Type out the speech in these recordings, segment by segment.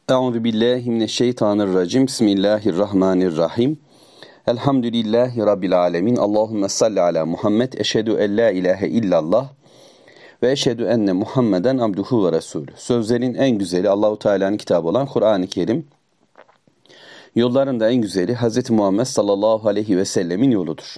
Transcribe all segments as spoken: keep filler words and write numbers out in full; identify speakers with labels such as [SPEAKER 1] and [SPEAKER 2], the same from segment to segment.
[SPEAKER 1] Euzu billahi mineşşeytanirracim. Bismillahirrahmanirrahim. Elhamdülillahi rabbil alamin. Allahumme salli ala Muhammed. Eşhedü en la ilahe illallah ve eşhedü enne Muhammeden abduhu ve resulü. Sözlerin en güzeli Allahu Teala'nın kitabı olan Kur'an-ı Kerim. Yolların da en güzeli Hz. Muhammed sallallahu aleyhi ve sellemin yoludur.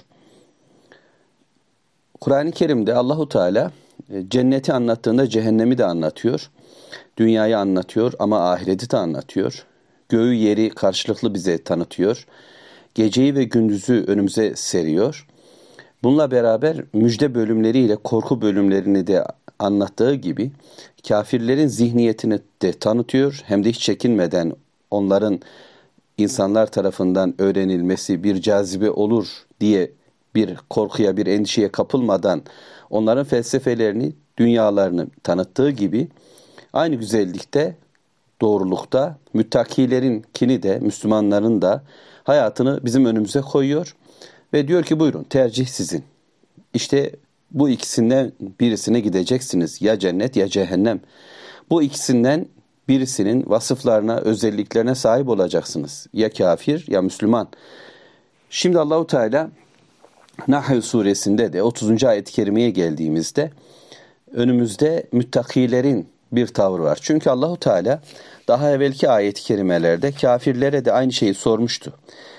[SPEAKER 1] Kur'an-ı Kerim'de Allahu Teala cenneti anlattığında cehennemi de anlatıyor. Dünyayı anlatıyor ama ahireti de anlatıyor. Göğü yeri karşılıklı bize tanıtıyor. Geceyi ve gündüzü önümüze seriyor. Bununla beraber müjde bölümleriyle korku bölümlerini de anlattığı gibi kafirlerin zihniyetini de tanıtıyor. Hem de hiç çekinmeden onların insanlar tarafından öğrenilmesi bir cazibe olur diye bir korkuya, bir endişeye kapılmadan onların felsefelerini, dünyalarını tanıttığı gibi aynı güzellikte, doğrulukta müttakilerinkini de, Müslümanların da hayatını bizim önümüze koyuyor ve diyor ki buyurun tercih sizin. İşte bu ikisinden birisine gideceksiniz. Ya cennet ya cehennem. Bu ikisinden birisinin vasıflarına, özelliklerine sahip olacaksınız. Ya kafir ya Müslüman. Şimdi Allahu Teala Nahl suresinde de otuzuncu ayet-i kerimeye geldiğimizde önümüzde müttakilerin bir tavır var. Çünkü Allahu Teala daha evvelki ayet-i kerimelerde kafirlere de aynı şeyi sormuştu.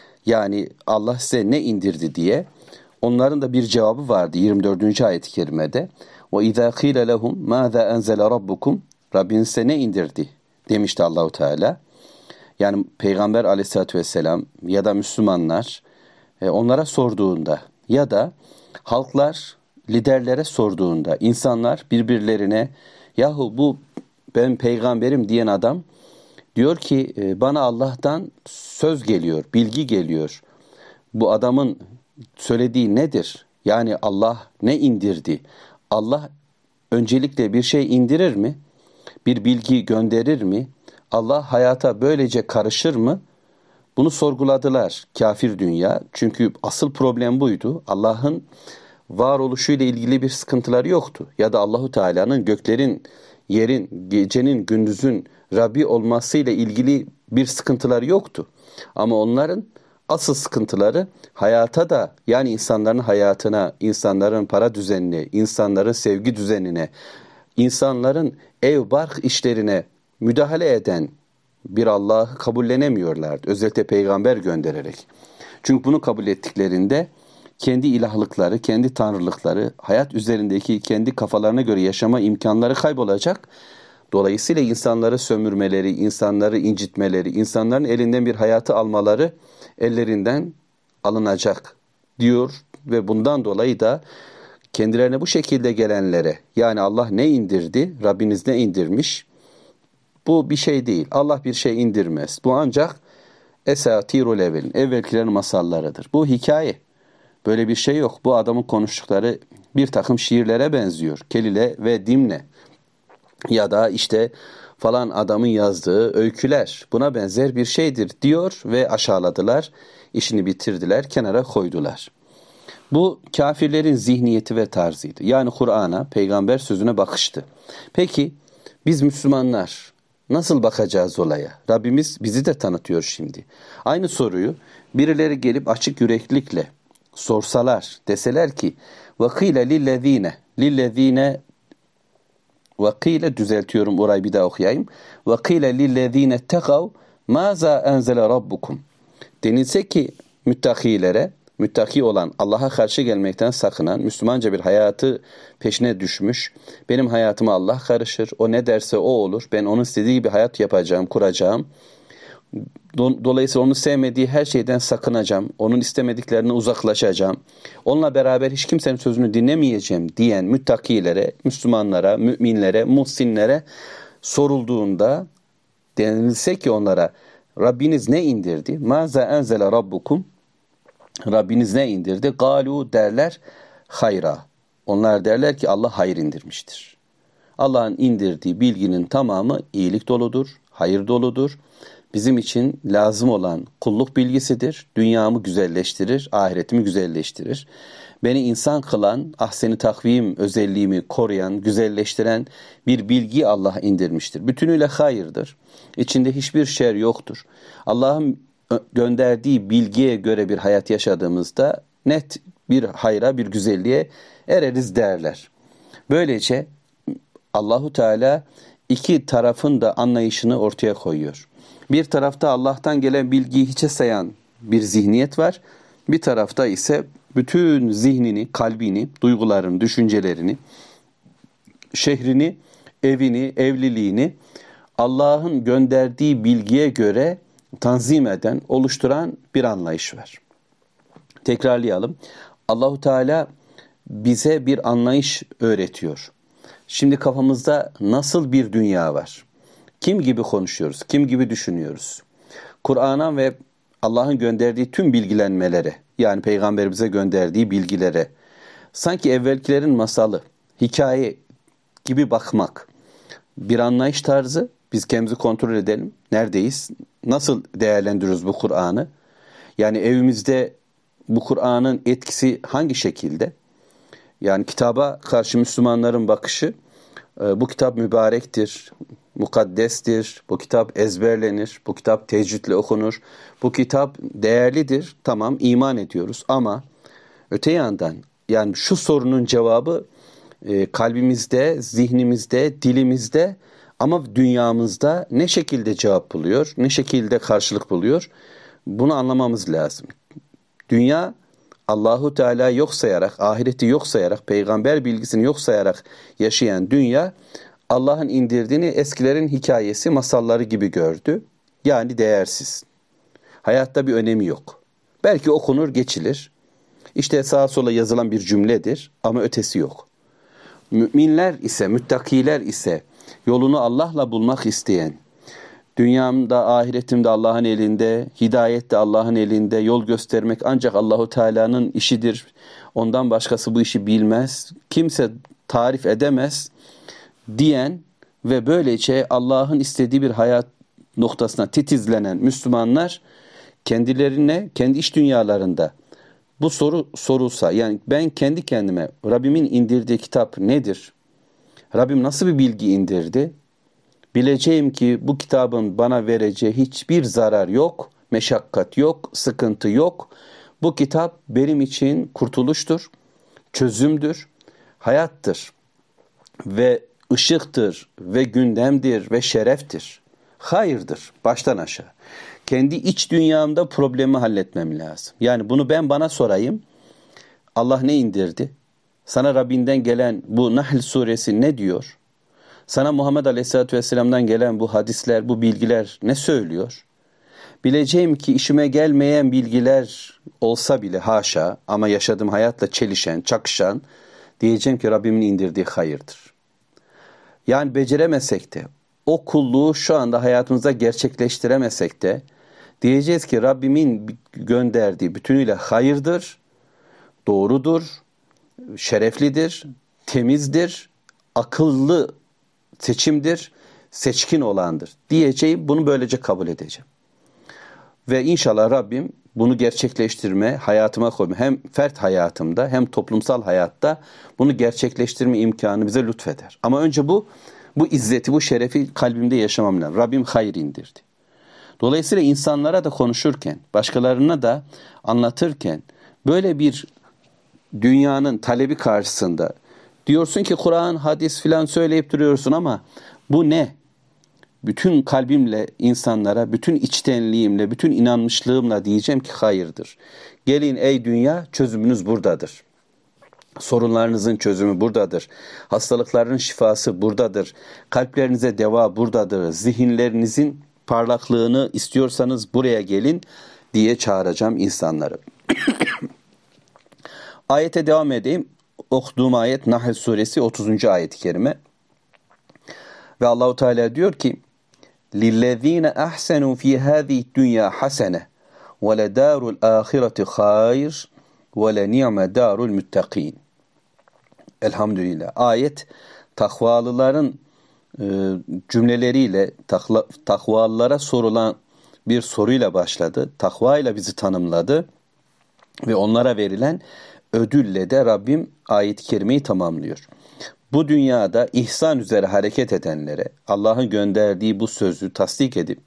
[SPEAKER 1] Yani Allah size ne indirdi diye. Onların da bir cevabı vardı yirmi dördüncü ayet-i kerimede. وَاِذَا قِيلَ لَهُمْ مَاذَا أَنْزَلَ رَبُّكُمْ Rabbiniz size ne indirdi demişti Allahu Teala. Yani Peygamber Aleyhisselatü Vesselam ya da Müslümanlar onlara sorduğunda ya da halklar liderlere sorduğunda insanlar birbirlerine yahu bu ben peygamberim diyen adam diyor ki bana Allah'tan söz geliyor, bilgi geliyor. Bu adamın söylediği nedir? Yani Allah ne indirdi? Allah öncelikle bir şey indirir mi? Bir bilgi gönderir mi? Allah hayata böylece karışır mı? Bunu sorguladılar kafir dünya. Çünkü asıl problem buydu. Allah'ın varoluşuyla ilgili bir sıkıntıları yoktu. Ya da Allahu Teala'nın göklerin, yerin, gecenin, gündüzün Rabbi olmasıyla ilgili bir sıkıntıları yoktu. Ama onların asıl sıkıntıları hayata da, yani insanların hayatına, insanların para düzenine, insanların sevgi düzenine, insanların ev bark işlerine müdahale eden bir Allah'ı kabullenemiyorlardı. Özellikle peygamber göndererek. Çünkü bunu kabul ettiklerinde kendi ilahlıkları, kendi tanrılıkları, hayat üzerindeki kendi kafalarına göre yaşama imkanları kaybolacak. Dolayısıyla insanları sömürmeleri, insanları incitmeleri, insanların elinden bir hayatı almaları ellerinden alınacak diyor ve bundan dolayı da kendilerine bu şekilde gelenlere, yani Allah ne indirdi, Rabbiniz ne indirmiş, bu bir şey değil. Allah bir şey indirmez. Bu ancak esatirul evvelin, evvelkilerin masallarıdır. Bu hikaye. Böyle bir şey yok. Bu adamın konuştukları bir takım şiirlere benziyor. Kelile ve dimne. Ya da işte falan adamın yazdığı öyküler. Buna benzer bir şeydir diyor ve aşağıladılar. İşini bitirdiler, kenara koydular. Bu kafirlerin zihniyeti ve tarzıydı. Yani Kur'an'a, peygamber sözüne bakıştı. Peki biz Müslümanlar nasıl bakacağız olaya? Rabbimiz bizi de tanıtıyor şimdi. Aynı soruyu birileri gelip açık yüreklilikle sorsalar, deseler ki وَقِيلَ لِلَّذ۪ينَ لِلَّذ۪ينَ وَقِيلَ düzeltiyorum, orayı bir daha okuyayım. وَقِيلَ لِلَّذ۪ينَ اتَّقَوْا مَاذَا أَنْزَلَ رَبُّكُمْ denilse ki müttakilere, müttaki olan, Allah'a karşı gelmekten sakınan, Müslümanca bir hayatı peşine düşmüş, benim hayatıma Allah karışır, o ne derse o olur, ben onun istediği gibi hayat yapacağım, kuracağım. Dolayısıyla onu sevmediği her şeyden sakınacağım, onun istemediklerine uzaklaşacağım, onunla beraber hiç kimsenin sözünü dinlemeyeceğim diyen müttakilere, Müslümanlara, müminlere, muhsinlere sorulduğunda denilse ki onlara Rabbiniz ne indirdi? Maza enzele rabbukum Rabbiniz ne indirdi? Galu derler hayra. Onlar derler ki Allah hayır indirmiştir. Allah'ın indirdiği bilginin tamamı iyilik doludur, hayır doludur. bizim için lazım olan kulluk bilgisidir. Dünyamı güzelleştirir, ahiretimi güzelleştirir. Beni insan kılan, ahsen-i takvim özelliğimi koruyan, güzelleştiren bir bilgi Allah indirmiştir. Bütünüyle hayırdır. İçinde hiçbir şer yoktur. Allah'ın gönderdiği bilgiye göre bir hayat yaşadığımızda net bir hayra, bir güzelliğe ereriz derler. Böylece Allahu Teala iki tarafın da anlayışını ortaya koyuyor. Bir tarafta Allah'tan gelen bilgiyi hiçe sayan bir zihniyet var. Bir tarafta ise bütün zihnini, kalbini, duygularını, düşüncelerini, şehrini, evini, evliliğini Allah'ın gönderdiği bilgiye göre tanzim eden, oluşturan bir anlayış var. Tekrarlayalım. Allahu Teala bize bir anlayış öğretiyor. Şimdi kafamızda nasıl bir dünya var? Kim gibi konuşuyoruz? Kim gibi düşünüyoruz? Kur'an'a ve Allah'ın gönderdiği tüm bilgilenmelere, yani Peygamberimize gönderdiği bilgilere, sanki evvelkilerin masalı, hikaye gibi bakmak, bir anlayış tarzı. Biz kendimizi kontrol edelim. Neredeyiz? Nasıl değerlendiriyoruz bu Kur'an'ı? Yani evimizde bu Kur'an'ın etkisi hangi şekilde? Yani kitaba karşı Müslümanların bakışı, bu kitap mübarektir, mukaddestir, bu kitap ezberlenir, bu kitap tecvidle okunur, bu kitap değerlidir, tamam iman ediyoruz ama öte yandan yani şu sorunun cevabı e, kalbimizde, zihnimizde, dilimizde ama dünyamızda ne şekilde cevap buluyor, ne şekilde karşılık buluyor bunu anlamamız lazım. Dünya Allahu Teala yok sayarak, ahireti yok sayarak, peygamber bilgisini yok sayarak yaşayan dünya Allah'ın indirdiğini eskilerin hikayesi, masalları gibi gördü. Yani değersiz. Hayatta bir önemi yok. Belki okunur, geçilir. İşte sağa sola yazılan bir cümledir ama ötesi yok. Müminler ise, müttakiler ise yolunu Allah'la bulmak isteyen, dünyamda, ahiretimde Allah'ın elinde, hidayet de Allah'ın elinde, yol göstermek ancak Allahu Teala'nın işidir. Ondan başkası bu işi bilmez. Kimse tarif edemez diyen ve böylece Allah'ın istediği bir hayat noktasına titizlenen Müslümanlar kendilerine, kendi iç dünyalarında bu soru sorulsa, yani ben kendi kendime Rabbimin indirdiği kitap nedir? Rabbim nasıl bir bilgi indirdi? Bileceğim ki bu kitabın bana vereceği hiçbir zarar yok, meşakkat yok, sıkıntı yok. Bu kitap benim için kurtuluştur, çözümdür, hayattır ve ışıktır ve gündemdir ve şereftir. Hayırdır baştan aşağı. Kendi iç dünyamda problemi halletmem lazım. Yani bunu ben bana sorayım. Allah ne indirdi? Sana Rabbinden gelen bu Nahl suresi ne diyor? Sana Muhammed Aleyhisselatü Vesselam'dan gelen bu hadisler, bu bilgiler ne söylüyor? Bileceğim ki işime gelmeyen bilgiler olsa bile haşa ama yaşadığım hayatla çelişen, çakışan, diyeceğim ki Rabbimin indirdiği hayırdır. Yani beceremesek de, o kulluğu şu anda hayatımızda gerçekleştiremesek de, diyeceğiz ki Rabbimin gönderdiği bütünüyle hayırdır, doğrudur, şereflidir, temizdir, akıllı seçimdir, seçkin olandır diyeceğim, bunu böylece kabul edeceğim. Ve inşallah Rabbim bunu gerçekleştirme, hayatıma koyma, hem fert hayatımda hem toplumsal hayatta bunu gerçekleştirme imkanı bize lütfeder. Ama önce bu, bu izzeti, bu şerefi kalbimde yaşamam lazım. Rabbim hayır indirdi. Dolayısıyla insanlara da konuşurken, başkalarına da anlatırken böyle bir dünyanın talebi karşısında diyorsun ki Kur'an, hadis filan söyleyip duruyorsun ama bu ne? Bütün kalbimle insanlara, bütün içtenliğimle, bütün inanmışlığımla diyeceğim ki hayırdır. Gelin ey dünya, çözümünüz buradadır. Sorunlarınızın çözümü buradadır. Hastalıkların şifası buradadır. Kalplerinize deva buradadır. Zihinlerinizin parlaklığını istiyorsanız buraya gelin diye çağıracağım insanları. Ayete devam edeyim. Okuduğum ayet Nahl suresi otuzuncu ayet-i kerime. Ve Allahu Teala diyor ki: "Lillezine ahsenu fi hadihi dunya hasene ve le darul ahireti hayr ve le ni'me darul muttaqin." Elhamdülillah. Ayet takvalıların e, cümleleriyle takla, takvalılara sorulan bir soruyla başladı. Takva ile bizi tanımladı ve onlara verilen ödülle de Rabbim ayet-i kerimeyi tamamlıyor. Bu dünyada ihsan üzere hareket edenlere, Allah'ın gönderdiği bu sözü tasdik edip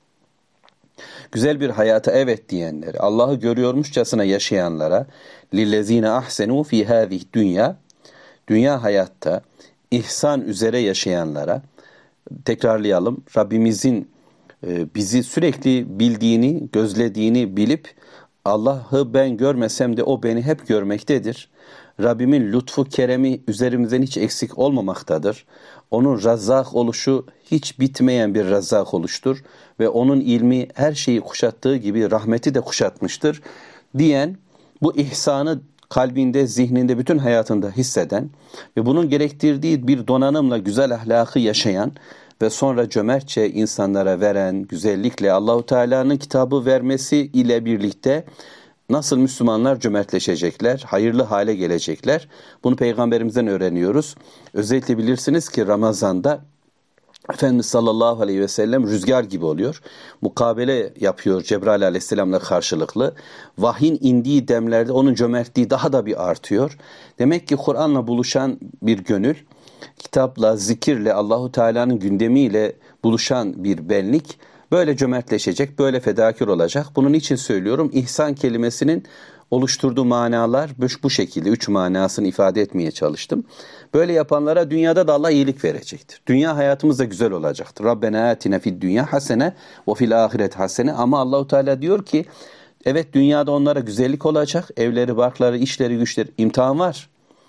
[SPEAKER 1] güzel bir hayata evet diyenlere, Allah'ı görüyormuşçasına yaşayanlara, lillezine ahsenu fi hâzih dünya, dünya hayatta ihsan üzere yaşayanlara, tekrarlayalım, Rabbimizin e, bizi sürekli bildiğini, gözlediğini bilip, Allah'ı ben görmesem de o beni hep görmektedir. Rabbimin lütfu, keremi üzerimizden hiç eksik olmamaktadır. Onun Razzak oluşu hiç bitmeyen bir Razzak oluştur ve onun ilmi her şeyi kuşattığı gibi rahmeti de kuşatmıştır diyen, bu ihsanı kalbinde, zihninde, bütün hayatında hisseden ve bunun gerektirdiği bir donanımla güzel ahlakı yaşayan ve sonra cömertçe insanlara veren, güzellikle Allahu Teala'nın kitabı vermesi ile birlikte nasıl Müslümanlar cömertleşecekler, hayırlı hale gelecekler. Bunu Peygamberimizden öğreniyoruz. Özellikle bilirsiniz ki Ramazan'da Efendimiz sallallahu aleyhi ve sellem rüzgar gibi oluyor. Mukabele yapıyor Cebrail aleyhisselamla karşılıklı. Vahyin indiği demlerde onun cömertliği daha da bir artıyor. Demek ki Kur'an'la buluşan bir gönül, kitapla, zikirle, Allahu Teala'nın gündemiyle buluşan bir benlik böyle cömertleşecek, böyle fedakar olacak. Bunun için söylüyorum, ihsan kelimesinin oluşturduğu manalar bu şekilde, üç manasını ifade etmeye çalıştım. Böyle yapanlara dünyada da Allah iyilik verecektir. Dünya hayatımız da güzel olacaktır. Rabbena atina fid dünya hasene ve fil ahiret hasene. Ama Allahu Teala diyor ki, evet dünyada onlara güzellik olacak. Evleri, barkları, işleri, güçleri, imtihan var.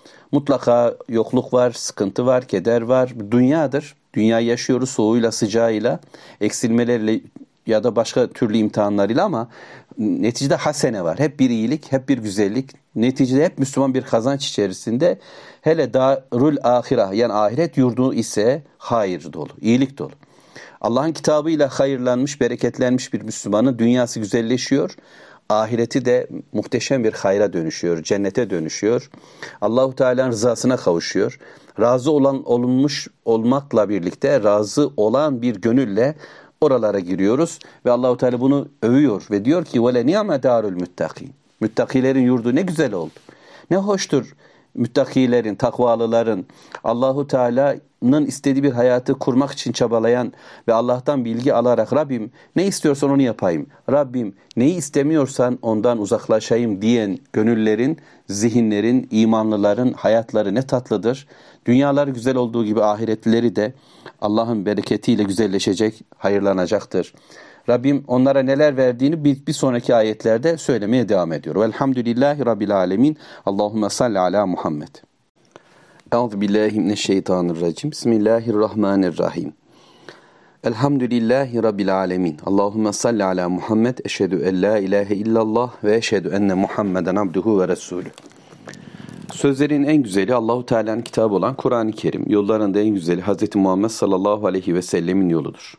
[SPEAKER 1] Mutlaka yokluk var, sıkıntı var, keder var. Dünyadır. Dünyayı yaşıyoruz soğuğuyla, sıcağıyla, eksilmeleriyle ya da başka türlü imtihanlarıyla ama neticede hasene var. Hep bir iyilik, hep bir güzellik. Neticede hep Müslüman bir kazanç içerisinde. Hele darul ahireh, yani ahiret yurdu ise hayır dolu, iyilik dolu. Allah'ın kitabıyla hayırlanmış, bereketlenmiş bir Müslümanın dünyası güzelleşiyor. Ahireti de muhteşem bir hayra dönüşüyor, cennete dönüşüyor. Allahu Teala'nın rızasına kavuşuyor. Razı olan olunmuş olmakla birlikte razı olan bir gönülle oralara giriyoruz ve Allahu Teala bunu övüyor ve diyor ki "Ve le ni'me darul muttakin." Müttakilerin yurdu ne güzel oldu. Ne hoştur müttakilerin, takvalıların, Allahu Teala'nın istediği bir hayatı kurmak için çabalayan ve Allah'tan bilgi alarak Rabbim ne istiyorsan onu yapayım, Rabbim neyi istemiyorsan ondan uzaklaşayım diyen gönüllerin, zihinlerin, imanlıların hayatları ne tatlıdır. Dünyalar güzel olduğu gibi ahiretleri de Allah'ın bereketiyle güzelleşecek, hayırlanacaktır. Rabbim onlara neler verdiğini bir, bir sonraki ayetlerde söylemeye devam ediyor. Velhamdülillahi Rabbil alemin. Allahümme salli ala Muhammed. Euzubillahimineşşeytanirracim. Bismillahirrahmanirrahim. Elhamdülillahi Rabbil alemin. Allahümme salli ala Muhammed. Eşhedü en la ilahe illallah ve eşhedü enne Muhammeden abduhu ve resulü. Sözlerin en güzeli Allahu Teala'nın kitabı olan Kur'an-ı Kerim. Yolların da en güzeli Hz. Muhammed sallallahu aleyhi ve sellemin yoludur.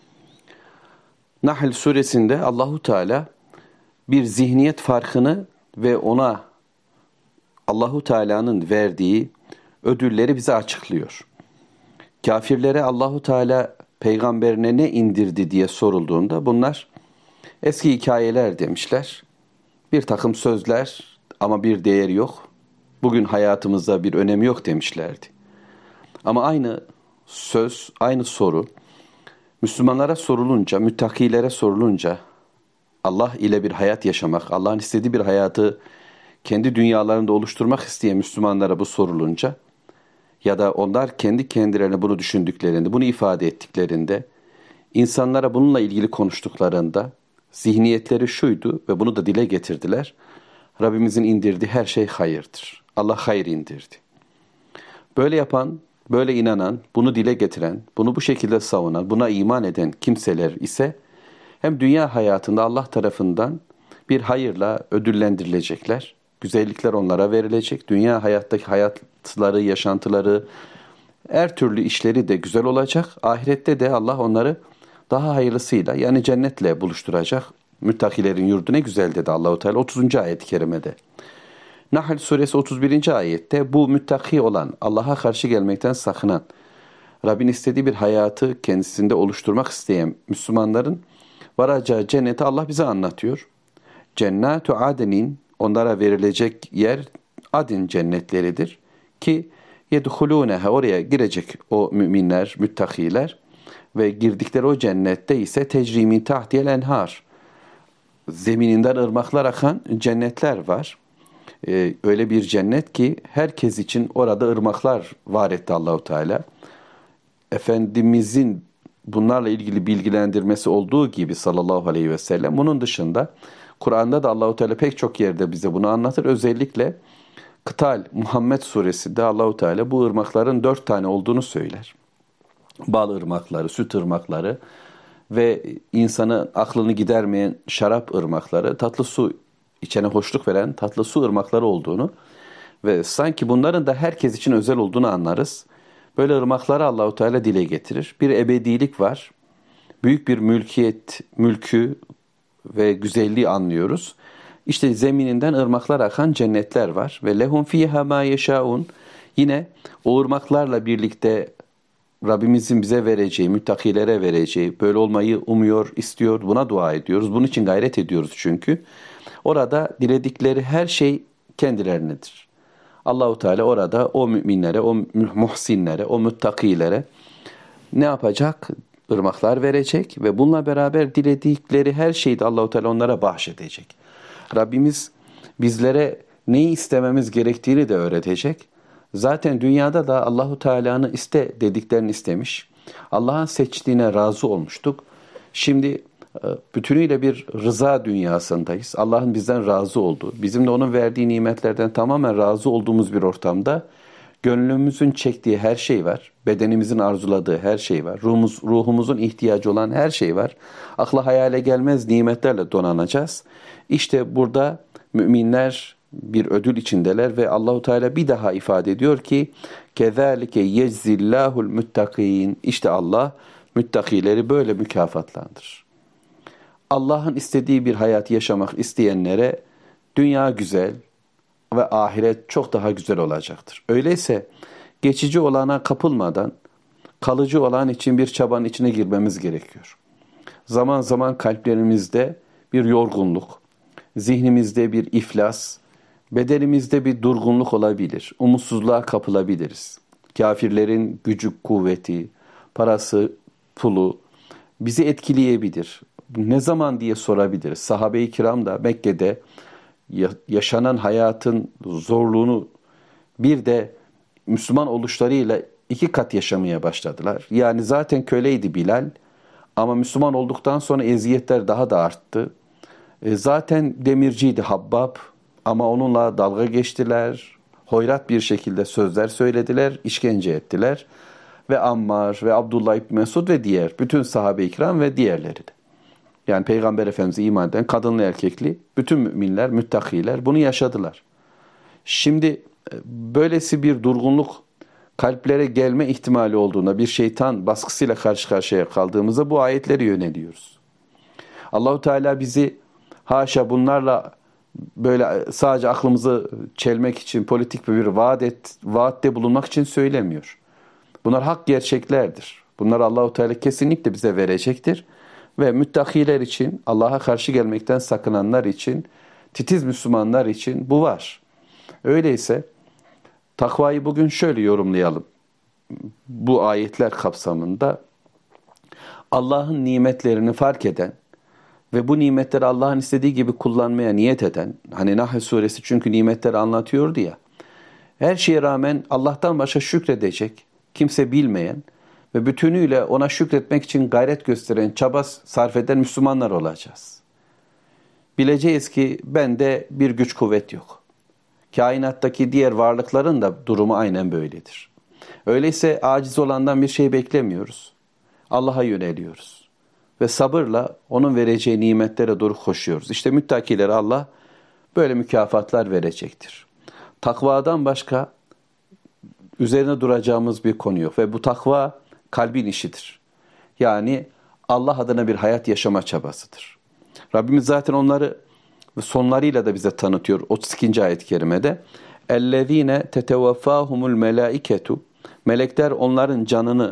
[SPEAKER 1] Nahl suresinde Allahu Teala bir zihniyet farkını ve ona Allahu Teala'nın verdiği ödülleri bize açıklıyor. Kafirlere Allahu Teala peygamberine ne indirdi diye sorulduğunda bunlar eski hikayeler demişler. Bir takım sözler ama bir değeri yok. Bugün hayatımızda bir önemi yok demişlerdi. Ama aynı söz, aynı soru Müslümanlara sorulunca, müttakilere sorulunca, Allah ile bir hayat yaşamak, Allah'ın istediği bir hayatı kendi dünyalarında oluşturmak isteyen Müslümanlara bu sorulunca ya da onlar kendi kendilerine bunu düşündüklerinde, bunu ifade ettiklerinde, insanlara bununla ilgili konuştuklarında zihniyetleri şuydu ve bunu da dile getirdiler. Rabbimizin indirdiği her şey hayırdır. Allah hayır indirdi. Böyle yapan, böyle inanan, bunu dile getiren, bunu bu şekilde savunan, buna iman eden kimseler ise hem dünya hayatında Allah tarafından bir hayırla ödüllendirilecekler. Güzellikler onlara verilecek. Dünya hayattaki hayatları, yaşantıları, her türlü işleri de güzel olacak. Ahirette de Allah onları daha hayırlısıyla yani cennetle buluşturacak. Müttakilerin yurdu ne güzel dedi Allahu Teala otuzuncu ayet-i kerimede. Nahl suresi otuz birinci ayette bu müttaki olan, Allah'a karşı gelmekten sakınan, Rabbin istediği bir hayatı kendisinde oluşturmak isteyen Müslümanların varacağı cenneti Allah bize anlatıyor. Cennetu adnin, onlara verilecek yer adin cennetleridir ki yedhulûneha, oraya girecek o müminler, müttakiler ve girdikleri o cennette ise tecrimin tahtiyel enhar, zemininden ırmaklar akan cennetler var. Ee, öyle bir cennet ki herkes için orada ırmaklar var etti Allahu Teala. Efendimizin bunlarla ilgili bilgilendirmesi olduğu gibi sallallahu aleyhi ve sellem, bunun dışında Kur'an'da da Allahu Teala pek çok yerde bize bunu anlatır. Özellikle Kıtal Muhammed suresinde Allahu Teala bu ırmakların dört tane olduğunu söyler. Bal ırmakları, süt ırmakları ve insanın aklını gidermeyen şarap ırmakları, tatlı su içene hoşluk veren tatlı su ırmakları olduğunu ve sanki bunların da herkes için özel olduğunu anlarız. Böyle ırmakları Allahu Teala dile getirir. Bir ebedilik var. Büyük bir mülkiyet, mülkü ve güzelliği anlıyoruz. İşte zemininden ırmaklar akan cennetler var ve lehum fiha ma yeşaun. Yine o ırmaklarla birlikte Rabbimizin bize vereceği, müttakilere vereceği, böyle olmayı umuyor, istiyor, buna dua ediyoruz. Bunun için gayret ediyoruz çünkü. Orada diledikleri her şey kendilerinedir. Allahu Teala orada o müminlere, o muhsinlere, o müttakilere ne yapacak? Irmaklar verecek ve bununla beraber diledikleri her şeyi de Allahu Teala onlara bahşedecek. Rabbimiz bizlere neyi istememiz gerektiğini de öğretecek. Zaten dünyada da Allahu Teala'nın iste dediklerini istemiş. Allah'ın seçtiğine razı olmuştuk. Şimdi bütünüyle bir rıza dünyasındayız. Allah'ın bizden razı olduğu, bizim de onun verdiği nimetlerden tamamen razı olduğumuz bir ortamda gönlümüzün çektiği her şey var. Bedenimizin arzuladığı her şey var. Ruhumuz, ruhumuzun ihtiyacı olan her şey var. Akla hayale gelmez nimetlerle donanacağız. İşte burada müminler bir ödül içindeler ve Allahu Teala bir daha ifade ediyor ki kezalike yeczillahul muttakin. İşte Allah müttakileri böyle mükafatlandırır. Allah'ın istediği bir hayat yaşamak isteyenlere dünya güzel ve ahiret çok daha güzel olacaktır. Öyleyse geçici olana kapılmadan kalıcı olan için bir çabanın içine girmemiz gerekiyor. Zaman zaman kalplerimizde bir yorgunluk, zihnimizde bir iflas, bedenimizde bir durgunluk olabilir. Umutsuzluğa kapılabiliriz. Kafirlerin gücü, kuvveti, parası, pulu bizi etkileyebilir. Ne zaman diye sorabiliriz. Sahabe-i kiram da Mekke'de yaşanan hayatın zorluğunu bir de Müslüman oluşlarıyla iki kat yaşamaya başladılar. Yani zaten köleydi Bilal ama Müslüman olduktan sonra eziyetler daha da arttı. E zaten demirciydi Habbab ama onunla dalga geçtiler. Hoyrat bir şekilde sözler söylediler, işkence ettiler. Ve Ammar ve Abdullah İbni Mesud ve diğer bütün sahabe-i kiram ve diğerleri de. Yani Peygamber Efendimiz'e iman eden kadınlı erkekli bütün müminler, müttakiler bunu yaşadılar. Şimdi böylesi bir durgunluk kalplere gelme ihtimali olduğunda bir şeytan baskısıyla karşı karşıya kaldığımızda bu ayetleri yöneliyoruz. Allahu Teala bizi haşa bunlarla böyle sadece aklımızı çelmek için politik bir vaat et, vaatte bulunmak için söylemiyor. Bunlar hak gerçeklerdir. Bunlar Allahu Teala kesinlikle bize verecektir. Ve müttakiler için, Allah'a karşı gelmekten sakınanlar için, titiz Müslümanlar için bu var. Öyleyse takvayı bugün şöyle yorumlayalım. Bu ayetler kapsamında Allah'ın nimetlerini fark eden ve bu nimetleri Allah'ın istediği gibi kullanmaya niyet eden, hani Nahl suresi çünkü nimetleri anlatıyordu ya, her şeye rağmen Allah'tan başka şükredecek, kimse bilmeyen ve bütünüyle ona şükretmek için gayret gösteren, çaba sarf eden Müslümanlar olacağız. Bileceğiz ki bende bir güç kuvvet yok. Kainattaki diğer varlıkların da durumu aynen böyledir. Öyleyse aciz olandan bir şey beklemiyoruz. Allah'a yöneliyoruz. Ve sabırla onun vereceği nimetlere doğru koşuyoruz. İşte müttakilere Allah böyle mükafatlar verecektir. Takvadan başka üzerine duracağımız bir konu yok. Ve bu takva kalbin işidir. Yani Allah adına bir hayat yaşama çabasıdır. Rabbimiz zaten onları sonlarıyla da bize tanıtıyor. otuz ikinci ayet-i kerimede. اَلَّذ۪ينَ تَتَوَفَّاهُمُ الْمَلَائِكَةُ Melekler onların canını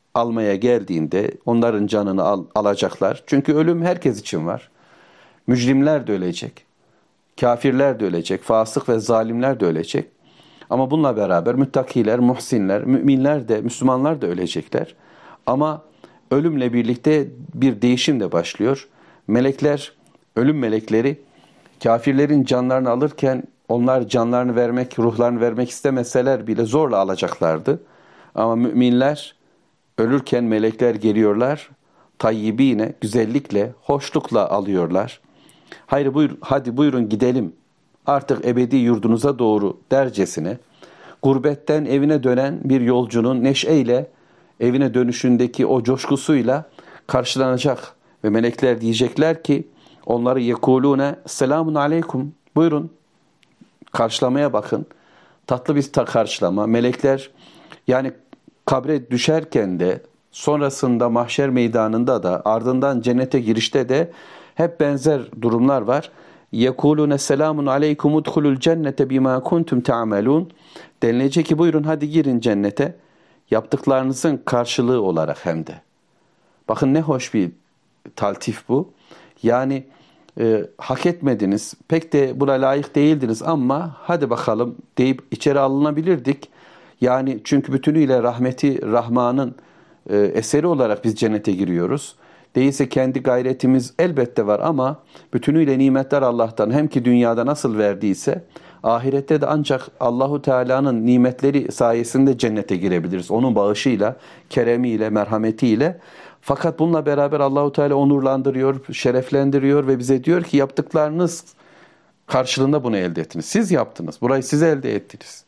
[SPEAKER 1] almaya geldiğinde onların canını al, alacaklar. Çünkü ölüm herkes için var. Mücrimler de ölecek. Kafirler de ölecek. Fasık ve zalimler de ölecek. Ama bununla beraber müttakiler, muhsinler, müminler de, Müslümanlar da ölecekler. Ama ölümle birlikte bir değişim de başlıyor. Melekler, ölüm melekleri kafirlerin canlarını alırken onlar canlarını vermek, ruhlarını vermek istemeseler bile zorla alacaklardı. Ama müminler ölürken melekler geliyorlar, tayyibine, güzellikle, hoşlukla alıyorlar. Hayır buyur, hadi buyurun gidelim artık ebedi yurdunuza doğru dercesine, gurbetten evine dönen bir yolcunun neşeyle, evine dönüşündeki o coşkusuyla karşılanacak. Ve melekler diyecekler ki, onları yekulune selamun aleykum, buyurun karşılamaya bakın. Tatlı bir karşılama. Melekler yani kabre düşerken de, sonrasında mahşer meydanında da, ardından cennete girişte de hep benzer durumlar var. Yekulune selamun aleykum udhulul cennete bima kuntum ta'melun. Denilecek ki buyurun hadi girin cennete. Yaptıklarınızın karşılığı olarak hem de. Bakın ne hoş bir taltif bu. Yani e, hak etmediniz, pek de buna layık değildiniz ama hadi bakalım deyip içeri alınabilirdik. Yani çünkü bütünüyle rahmeti Rahman'ın e, eseri olarak biz cennete giriyoruz. Değilse kendi gayretimiz elbette var ama bütünüyle nimetler Allah'tan, hem ki dünyada nasıl verdiyse ahirette de ancak Allahu Teala'nın nimetleri sayesinde cennete girebiliriz. Onun bağışıyla, keremiyle, merhametiyle. Fakat bununla beraber Allahu Teala onurlandırıyor, şereflendiriyor ve bize diyor ki yaptıklarınız karşılığında bunu elde ettiniz. Siz yaptınız. Burayı siz elde ettiniz.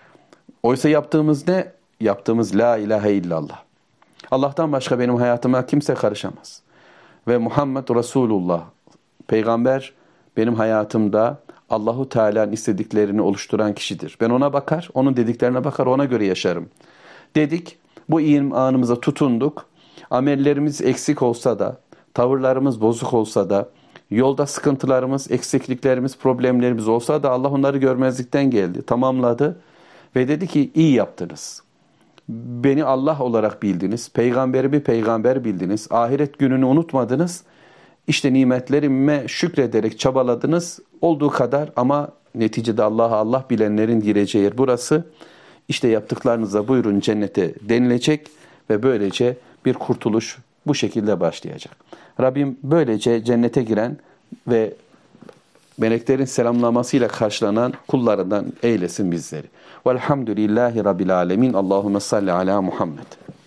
[SPEAKER 1] Oysa yaptığımız ne? Yaptığımız la ilahe illallah. Allah'tan başka benim hayatıma kimse karışamaz. Ve Muhammed Resulullah, peygamber benim hayatımda Allahu Teala'nın istediklerini oluşturan kişidir. Ben ona bakar, onun dediklerine bakar, ona göre yaşarım. Dedik, bu imanımıza tutunduk. Amellerimiz eksik olsa da, tavırlarımız bozuk olsa da, yolda sıkıntılarımız, eksikliklerimiz, problemlerimiz olsa da Allah onları görmezlikten geldi, tamamladı ve dedi ki iyi yaptınız. Beni Allah olarak bildiniz, peygamberimi peygamber bildiniz, ahiret gününü unutmadınız. İşte nimetlerime şükrederek çabaladınız olduğu kadar ama neticede Allah'a Allah bilenlerin gireceği yer burası. İşte yaptıklarınıza buyurun cennete denilecek ve böylece bir kurtuluş bu şekilde başlayacak. Rabbim böylece cennete giren ve meleklerin selamlamasıyla karşılanan kullarından eylesin bizleri. Velhamdülillahi Rabbil alemin. Allahümme salli ala Muhammed.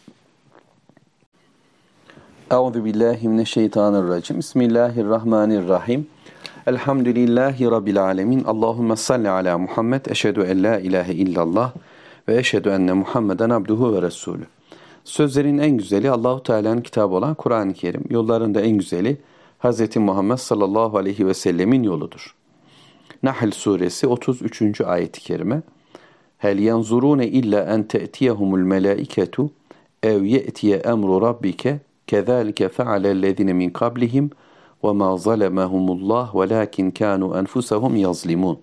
[SPEAKER 1] Euzu billahi mineşşeytanirracim. Bismillahirrahmanirrahim. Elhamdülillahi Rabbil alemin. Allahümme salli ala Muhammed. Eşhedü en la ilahe illallah ve eşhedü enne Muhammeden abduhu ve resulü. Sözlerin en güzeli Allahu Teala'nın kitabı olan Kur'an-ı Kerim. Yolların da en güzeli Hz. Muhammed sallallahu aleyhi ve sellemin yoludur. Nahl suresi otuz üçüncü ayet-i kerime. Hel yanzurune illa en te'tiyehumul melaiketu ev ye'tiye emru rabbike kezalike fe'alellezine min qablihim ve ma zalemehumullah velakin kanu enfusahum yazlimun.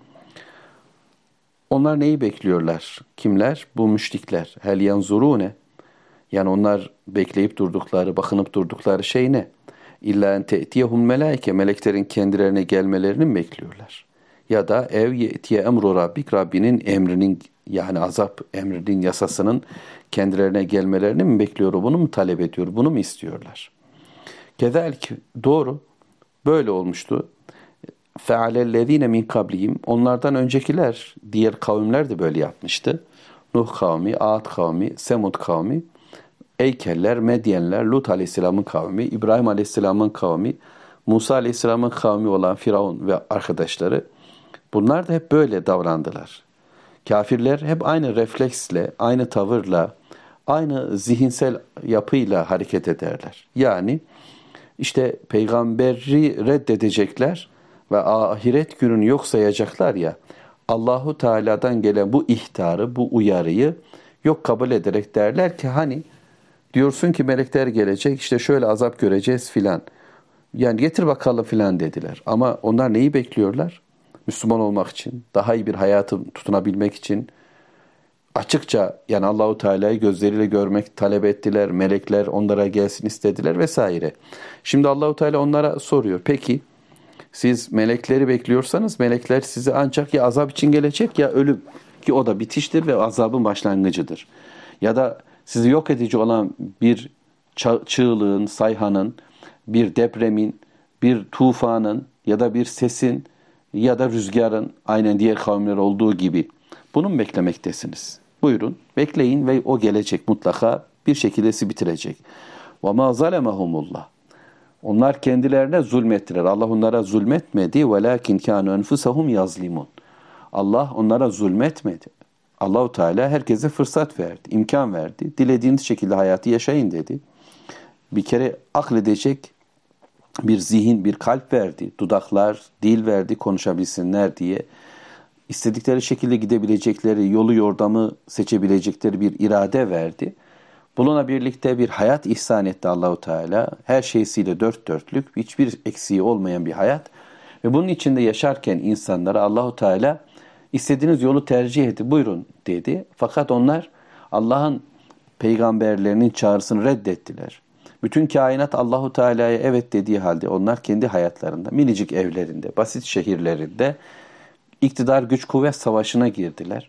[SPEAKER 1] Onlar neyi bekliyorlar? Kimler? Bu müşrikler. Hel yanzurune, yani onlar bekleyip durdukları, bakınıp durdukları şey ne? İlla en te'tiyehum melaike, meleklerin kendilerine gelmelerini mi bekliyorlar? Ya da ev ye'tiye emru rabbik, Rabbinin emrinin, yani azap emrinin, yasasının kendilerine gelmelerini mi bekliyor? Bunu mu talep ediyor? Bunu mu istiyorlar? Kezalik, doğru. Böyle olmuştu. Fe'alellezine min kablihim, onlardan öncekiler, diğer kavimler de böyle yapmıştı. Nuh kavmi, Ad kavmi, Semud kavmi, Eykeller, Medyenler, Lut aleyhisselamın kavmi, İbrahim aleyhisselamın kavmi, Musa aleyhisselamın kavmi olan Firavun ve arkadaşları, bunlar da hep böyle davrandılar. Kafirler hep aynı refleksle, aynı tavırla, aynı zihinsel yapıyla hareket ederler. Yani işte peygamberi reddedecekler ve ahiret gününü yok sayacaklar ya, Allahu Teala'dan gelen bu ihtarı, bu uyarıyı yok kabul ederek derler ki hani diyorsun ki melekler gelecek, işte şöyle azap göreceğiz filan. Yani getir bakalım filan dediler. Ama onlar neyi bekliyorlar? Müslüman olmak için, daha iyi bir hayatı tutunabilmek için, açıkça yani Allahu Teala'yı gözleriyle görmek talep ettiler. Melekler onlara gelsin istediler vesaire. Şimdi Allahu Teala onlara soruyor. Peki siz melekleri bekliyorsanız melekler size ancak ya azap için gelecek ya ölüm, ki o da bitiştir ve azabın başlangıcıdır. Ya da sizi yok edici olan bir çığlığın, sayhanın, bir depremin, bir tufanın ya da bir sesin ya da rüzgarın aynen diğer kavimler olduğu gibi bunu mu beklemektesiniz? Buyurun bekleyin ve o gelecek, mutlaka bir şekilde sizi bitirecek. وَمَا ظَلَمَهُمُ اللّٰهِ Onlar kendilerine zulmettiler. Allah onlara zulmetmedi. وَلَاكِنْ كَانُوا أَنْفُسَهُمْ يَظْلِمُونَ Allah onlara zulmetmedi. Allahu Teala herkese fırsat verdi, imkan verdi. Dilediğiniz şekilde hayatı yaşayın dedi. Bir kere akledecek bir zihin, bir kalp verdi. Dudaklar, dil verdi konuşabilsinler diye. İstedikleri şekilde gidebilecekleri, yolu yordamı seçebilecekleri bir irade verdi. Bununla birlikte bir hayat ihsan etti Allahu Teala. Her şeysiyle dört dörtlük, hiçbir eksiği olmayan bir hayat. Ve bunun içinde yaşarken insanlara Allahu Teala istediğiniz yolu tercih edin, buyurun dedi. Fakat onlar Allah'ın peygamberlerinin çağrısını reddettiler. Bütün kainat Allahu Teala'ya evet dediği halde onlar kendi hayatlarında, minicik evlerinde, basit şehirlerinde iktidar, güç, kuvvet savaşına girdiler.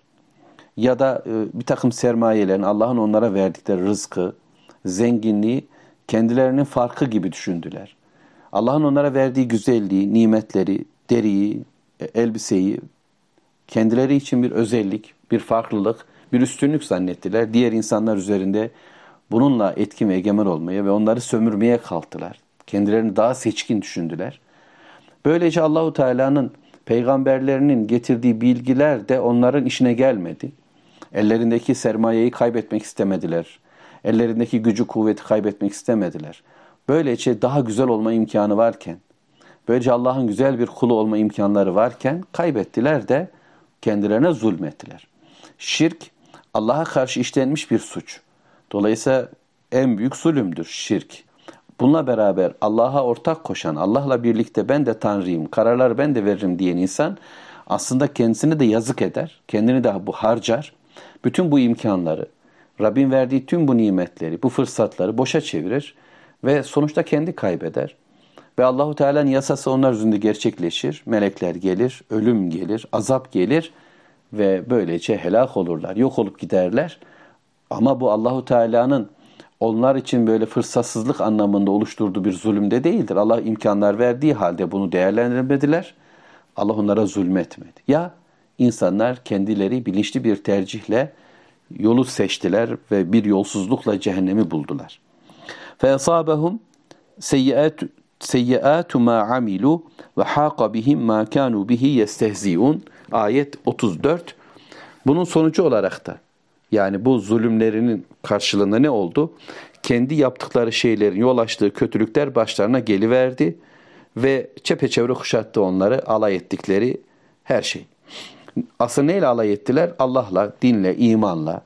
[SPEAKER 1] Ya da bir takım sermayelerin, Allah'ın onlara verdikleri rızkı, zenginliği kendilerinin farkı gibi düşündüler. Allah'ın onlara verdiği güzelliği, nimetleri, deriyi, elbiseyi kendileri için bir özellik, bir farklılık, bir üstünlük zannettiler. Diğer insanlar üzerinde bununla etkin ve egemen olmaya ve onları sömürmeye kalktılar. Kendilerini daha seçkin düşündüler. Böylece Allahu Teala'nın peygamberlerinin getirdiği bilgiler de onların işine gelmedi. Ellerindeki sermayeyi kaybetmek istemediler. Ellerindeki gücü, kuvveti kaybetmek istemediler. Böylece daha güzel olma imkanı varken, böylece Allah'ın güzel bir kulu olma imkanları varken kaybettiler de kendilerine zulmettiler. Şirk, Allah'a karşı işlenmiş bir suç. Dolayısıyla en büyük zulümdür şirk. Bununla beraber Allah'a ortak koşan, Allah'la birlikte ben de Tanrıyım, kararları ben de veririm diyen insan aslında kendisine de yazık eder, kendini de bu harcar. Bütün bu imkanları, Rabbin verdiği tüm bu nimetleri, bu fırsatları boşa çevirir ve sonuçta kendi kaybeder. Ve Allahu Teala'nın yasası onlar üzerinde gerçekleşir. Melekler gelir, ölüm gelir, azap gelir ve böylece helak olurlar, yok olup giderler. Ama bu Allahu Teala'nın onlar için böyle fırsatsızlık anlamında oluşturduğu bir zulümde değildir. Allah imkanlar verdiği halde bunu değerlendirmediler. Allah onlara zulmetmedi. Ya insanlar kendileri bilinçli bir tercihle yolu seçtiler ve bir yolsuzlukla cehennemi buldular. فَيَصَابَهُمْ سَيِّئَاتُ سَيِّئَاتُ مَا عَمِلُوا وَحَاقَ بِهِمْ مَا كَانُوا بِهِ يَسْتَهْزِئُونَ Ayet otuz dört. Bunun sonucu olarak da yani bu zulümlerinin karşılığında ne oldu? Kendi yaptıkları şeylerin yol açtığı kötülükler başlarına geliverdi ve çepeçevre kuşattı onları, alay ettikleri her şey. Aslında neyle alay ettiler? Allah'la, dinle, imanla,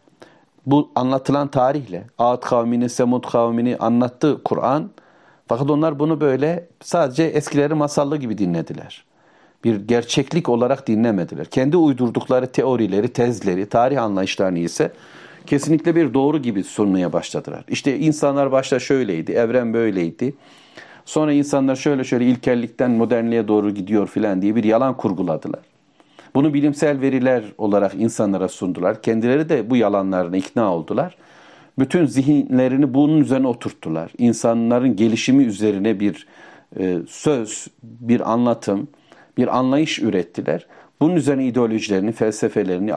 [SPEAKER 1] bu anlatılan tarihle. Ad kavmini, Semud kavmini anlattı Kur'an. Fakat onlar bunu böyle sadece eskileri masallı gibi dinlediler. Bir gerçeklik olarak dinlemediler. Kendi uydurdukları teorileri, tezleri, tarih anlayışlarını ise kesinlikle bir doğru gibi sunmaya başladılar. İşte insanlar başta şöyleydi, evren böyleydi. Sonra insanlar şöyle şöyle ilkellikten modernliğe doğru gidiyor filan diye bir yalan kurguladılar. Bunu bilimsel veriler olarak insanlara sundular. Kendileri de bu yalanlarına ikna oldular. Bütün zihinlerini bunun üzerine oturttular. İnsanların gelişimi üzerine bir e, söz, bir anlatım, bir anlayış ürettiler. Bunun üzerine ideolojilerini, felsefelerini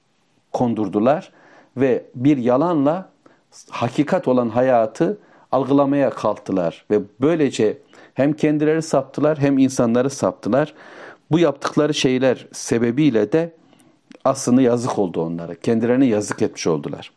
[SPEAKER 1] kondurdular ve bir yalanla hakikat olan hayatı algılamaya kalktılar ve böylece hem kendileri saptılar hem insanları saptılar. Bu yaptıkları şeyler sebebiyle de aslında yazık oldu onlara. Kendilerine yazık etmiş oldular.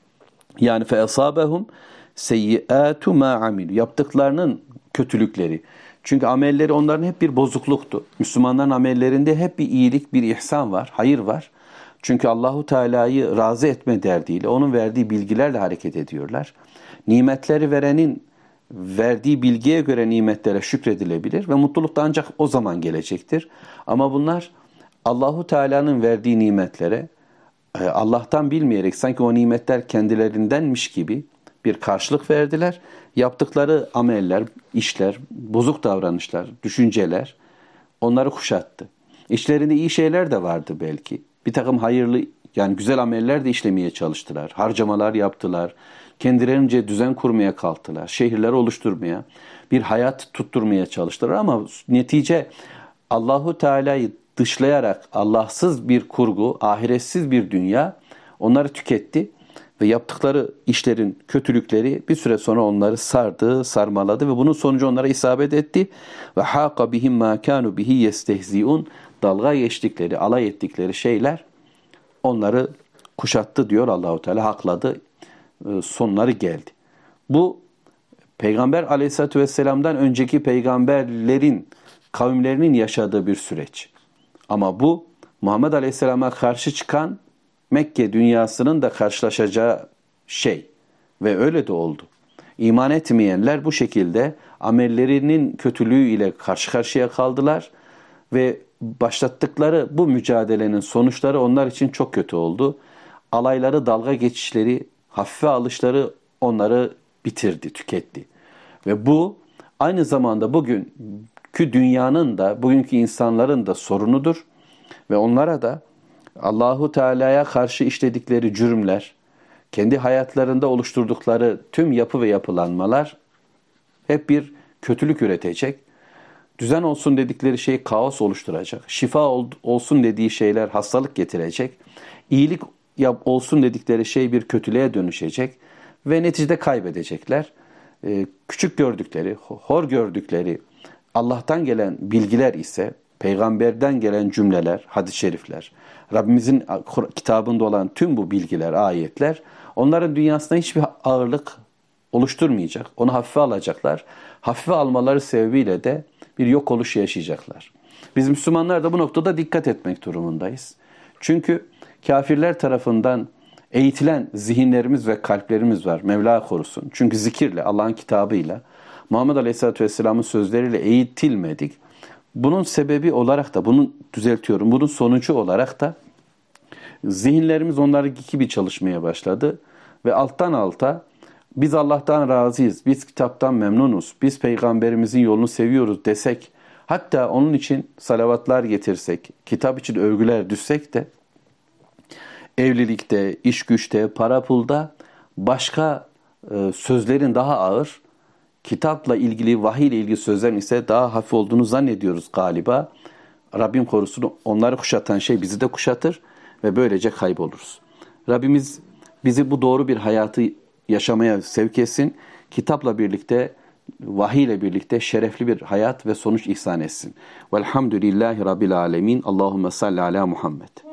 [SPEAKER 1] Yani فَاَصَابَهُمْ سَيِّئَاتُ مَا عَمِلُوا Yaptıklarının kötülükleri. Çünkü amelleri onların hep bir bozukluktu. Müslümanların amellerinde hep bir iyilik, bir ihsan var, hayır var. Çünkü Allahu Teala'yı razı etme derdiyle, onun verdiği bilgilerle hareket ediyorlar. Nimetleri verenin verdiği bilgiye göre nimetlere şükredilebilir ve mutluluk da ancak o zaman gelecektir. Ama bunlar Allahu Teala'nın verdiği nimetlere, e, Allah'tan bilmeyerek sanki o nimetler kendilerindenmiş gibi bir karşılık verdiler. Yaptıkları ameller, işler, bozuk davranışlar, düşünceler onları kuşattı. İşlerinde iyi şeyler de vardı belki. Bir takım hayırlı, yani güzel ameller de işlemeye çalıştılar. Harcamalar yaptılar. Kendilerince düzen kurmaya kalktılar. Şehirler oluşturmaya, bir hayat tutturmaya çalıştılar. Ama netice Allahu Teala'yı dışlayarak Allahsız bir kurgu, ahiretsiz bir dünya onları tüketti. Ve yaptıkları işlerin kötülükleri bir süre sonra onları sardı, sarmaladı ve bunun sonucu onlara isabet etti. Ve haqa bihim ma kanu bihi yestehziun, dalga geçtikleri, alay ettikleri şeyler onları kuşattı diyor Allahu Teala, hakladı, sonları geldi. Bu Peygamber Aleyhisselatü Vesselam'dan önceki peygamberlerin kavimlerinin yaşadığı bir süreç. Ama bu Muhammed Aleyhisselam'a karşı çıkan Mekke dünyasının da karşılaşacağı şey ve öyle de oldu. İman etmeyenler bu şekilde amellerinin kötülüğü ile karşı karşıya kaldılar ve başlattıkları bu mücadelenin sonuçları onlar için çok kötü oldu. Alayları, dalga geçişleri, hafife alışları onları bitirdi, tüketti. Ve bu aynı zamanda bugünkü dünyanın da, bugünkü insanların da sorunudur ve onlara da Allahu Teala'ya karşı işledikleri cürümler, kendi hayatlarında oluşturdukları tüm yapı ve yapılanmalar hep bir kötülük üretecek. Düzen olsun dedikleri şey kaos oluşturacak. Şifa ol, olsun dediği şeyler hastalık getirecek. İyilik yap, olsun dedikleri şey bir kötülüğe dönüşecek ve neticede kaybedecekler. Ee, küçük gördükleri, hor gördükleri Allah'tan gelen bilgiler ise peygamberden gelen cümleler, hadis-i şerifler, Rabbimizin kitabında olan tüm bu bilgiler, ayetler onların dünyasında hiçbir ağırlık oluşturmayacak. Onu hafife alacaklar. Hafife almaları sebebiyle de bir yok oluş yaşayacaklar. Biz Müslümanlar da bu noktada dikkat etmek durumundayız. Çünkü kafirler tarafından eğitilen zihinlerimiz ve kalplerimiz var. Mevla korusun. Çünkü zikirle, Allah'ın kitabıyla, Muhammed Aleyhisselatü Vesselam'ın sözleriyle eğitilmedik. Bunun sebebi olarak da, bunu düzeltiyorum, bunun sonucu olarak da zihinlerimiz onlarınki gibi çalışmaya başladı. Ve alttan alta biz Allah'tan razıyız, biz kitaptan memnunuz, biz peygamberimizin yolunu seviyoruz desek, hatta onun için salavatlar getirsek, kitap için övgüler düşsek de evlilikte, iş güçte, para pulda başka e, sözlerin daha ağır, kitapla ilgili, vahiy ile ilgili sözlerin ise daha hafif olduğunu zannediyoruz galiba. Rabbim korusun, onları kuşatan şey bizi de kuşatır ve böylece kayboluruz. Rabbimiz bizi bu doğru bir hayatı yaşamaya sevk etsin. Kitapla birlikte, vahiy ile birlikte şerefli bir hayat ve sonuç ihsan etsin. Velhamdülillahi Rabbil alemin. Allahümme salli ala Muhammed.